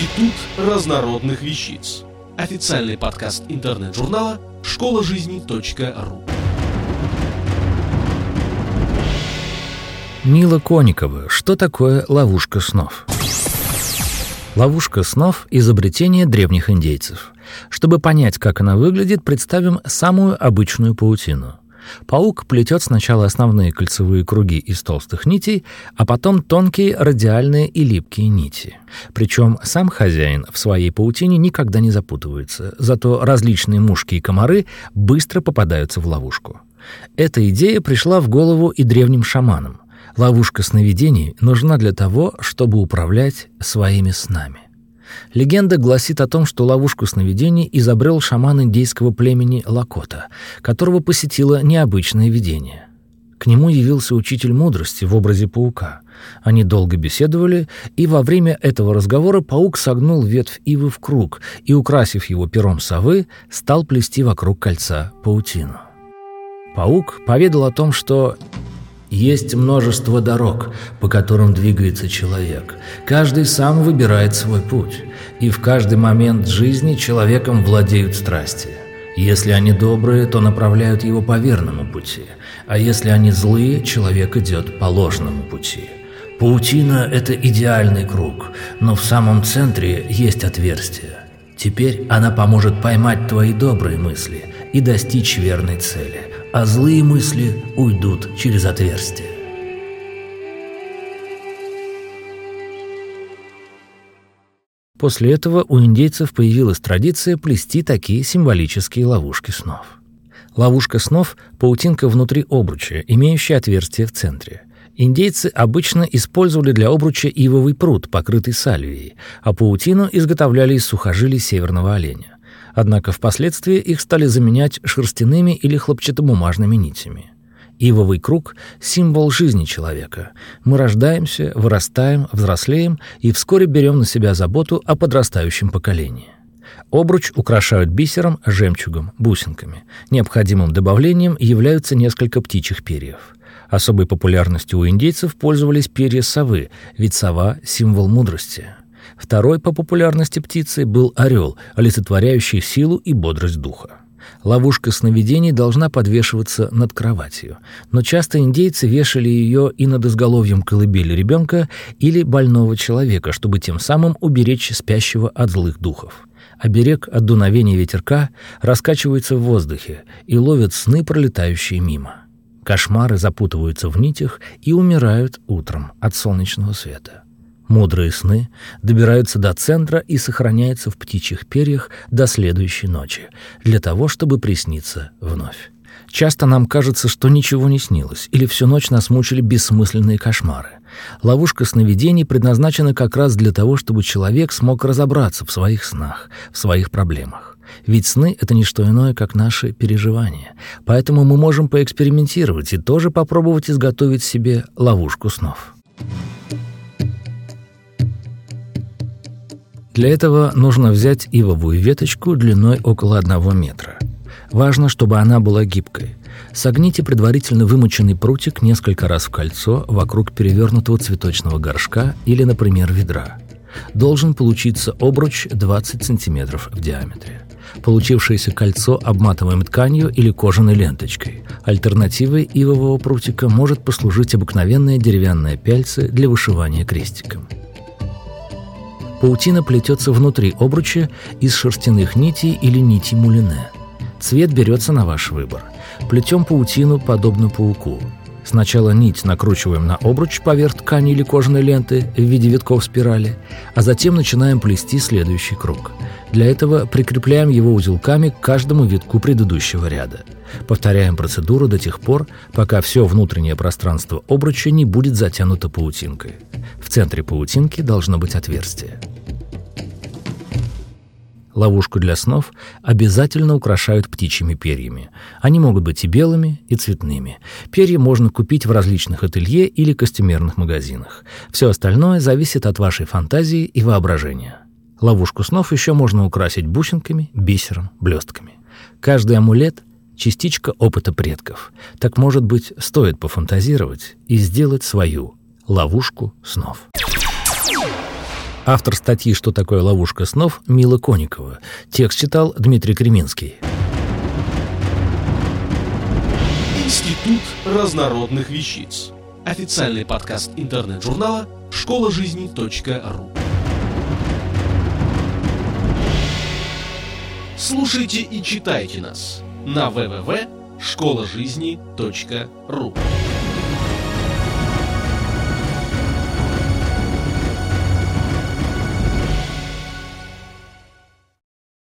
Институт разнородных вещиц. Официальный подкаст интернет-журнала школажизни.ру. Мила Коникова. Что такое ловушка снов? Ловушка снов – изобретение древних индейцев. Чтобы понять, как она выглядит, представим самую обычную паутину. Паук плетет сначала основные кольцевые круги из толстых нитей, а потом тонкие радиальные и липкие нити. Причем сам хозяин в своей паутине никогда не запутывается, зато различные мушки и комары быстро попадаются в ловушку. Эта идея пришла в голову и древним шаманам. Ловушка сновидений нужна для того, чтобы управлять своими снами. Легенда гласит о том, что ловушку сновидений изобрел шаман индейского племени Лакота, которого посетило необычное видение. К нему явился учитель мудрости в образе паука. Они долго беседовали, и во время этого разговора паук согнул ветвь ивы в круг и, украсив его пером совы, стал плести вокруг кольца паутину. Паук поведал о том, что есть множество дорог, по которым двигается человек. Каждый сам выбирает свой путь, и в каждый момент жизни человеком владеют страсти. Если они добрые, то направляют его по верному пути, а если они злые, человек идет по ложному пути. Паутина – это идеальный круг, но в самом центре есть отверстие. Теперь она поможет поймать твои добрые мысли и достичь верной цели, а злые мысли уйдут через отверстие. После этого у индейцев появилась традиция плести такие символические ловушки снов. Ловушка снов – паутинка внутри обруча, имеющая отверстие в центре. Индейцы обычно использовали для обруча ивовый прут, покрытый сальвией, а паутину изготовляли из сухожилий северного оленя. Однако впоследствии их стали заменять шерстяными или хлопчатобумажными нитями. Ивовый круг – символ жизни человека. Мы рождаемся, вырастаем, взрослеем и вскоре берем на себя заботу о подрастающем поколении. Обруч украшают бисером, жемчугом, бусинками. Необходимым добавлением являются несколько птичьих перьев. Особой популярностью у индейцев пользовались перья совы, ведь сова – символ мудрости. Второй по популярности птицей был орел, олицетворяющий силу и бодрость духа. Ловушка сновидений должна подвешиваться над кроватью, но часто индейцы вешали ее и над изголовьем колыбели ребенка или больного человека, чтобы тем самым уберечь спящего от злых духов. Оберег от дуновения ветерка раскачивается в воздухе и ловит сны, пролетающие мимо. Кошмары запутываются в нитях и умирают утром от солнечного света. Мудрые сны добираются до центра и сохраняются в птичьих перьях до следующей ночи, для того, чтобы присниться вновь. Часто нам кажется, что ничего не снилось, или всю ночь нас мучили бессмысленные кошмары. Ловушка сновидений предназначена как раз для того, чтобы человек смог разобраться в своих снах, в своих проблемах. Ведь сны — это не что иное, как наши переживания. Поэтому мы можем поэкспериментировать и тоже попробовать изготовить себе ловушку снов. Для этого нужно взять ивовую веточку длиной около 1 метра. Важно, чтобы она была гибкой. Согните предварительно вымоченный прутик несколько раз в кольцо вокруг перевернутого цветочного горшка или, например, ведра. Должен получиться обруч 20 см в диаметре. Получившееся кольцо обматываем тканью или кожаной ленточкой. Альтернативой ивового прутика может послужить обыкновенное деревянное пяльце для вышивания крестиком. Паутина плетется внутри обруча из шерстяных нитей или нитей мулине. Цвет берется на ваш выбор. Плетем паутину подобно пауку. Сначала нить накручиваем на обруч поверх ткани или кожаной ленты в виде витков спирали, а затем начинаем плести следующий круг. Для этого прикрепляем его узелками к каждому витку предыдущего ряда. Повторяем процедуру до тех пор, пока все внутреннее пространство обруча не будет затянуто паутинкой. В центре паутинки должно быть отверстие. Ловушку для снов обязательно украшают птичьими перьями. Они могут быть и белыми, и цветными. Перья можно купить в различных ателье или костюмерных магазинах. Все остальное зависит от вашей фантазии и воображения. Ловушку снов еще можно украсить бусинками, бисером, блестками. Каждый амулет – частичка опыта предков. Так, может быть, стоит пофантазировать и сделать свою ловушку снов. Автор статьи «Что такое ловушка снов» Мила Коникова. Текст читал Дмитрий Креминский. Институт разнородных вещиц. Официальный подкаст интернет-журнала школажизни.ру. Слушайте и читайте нас на www.школажизни.ру.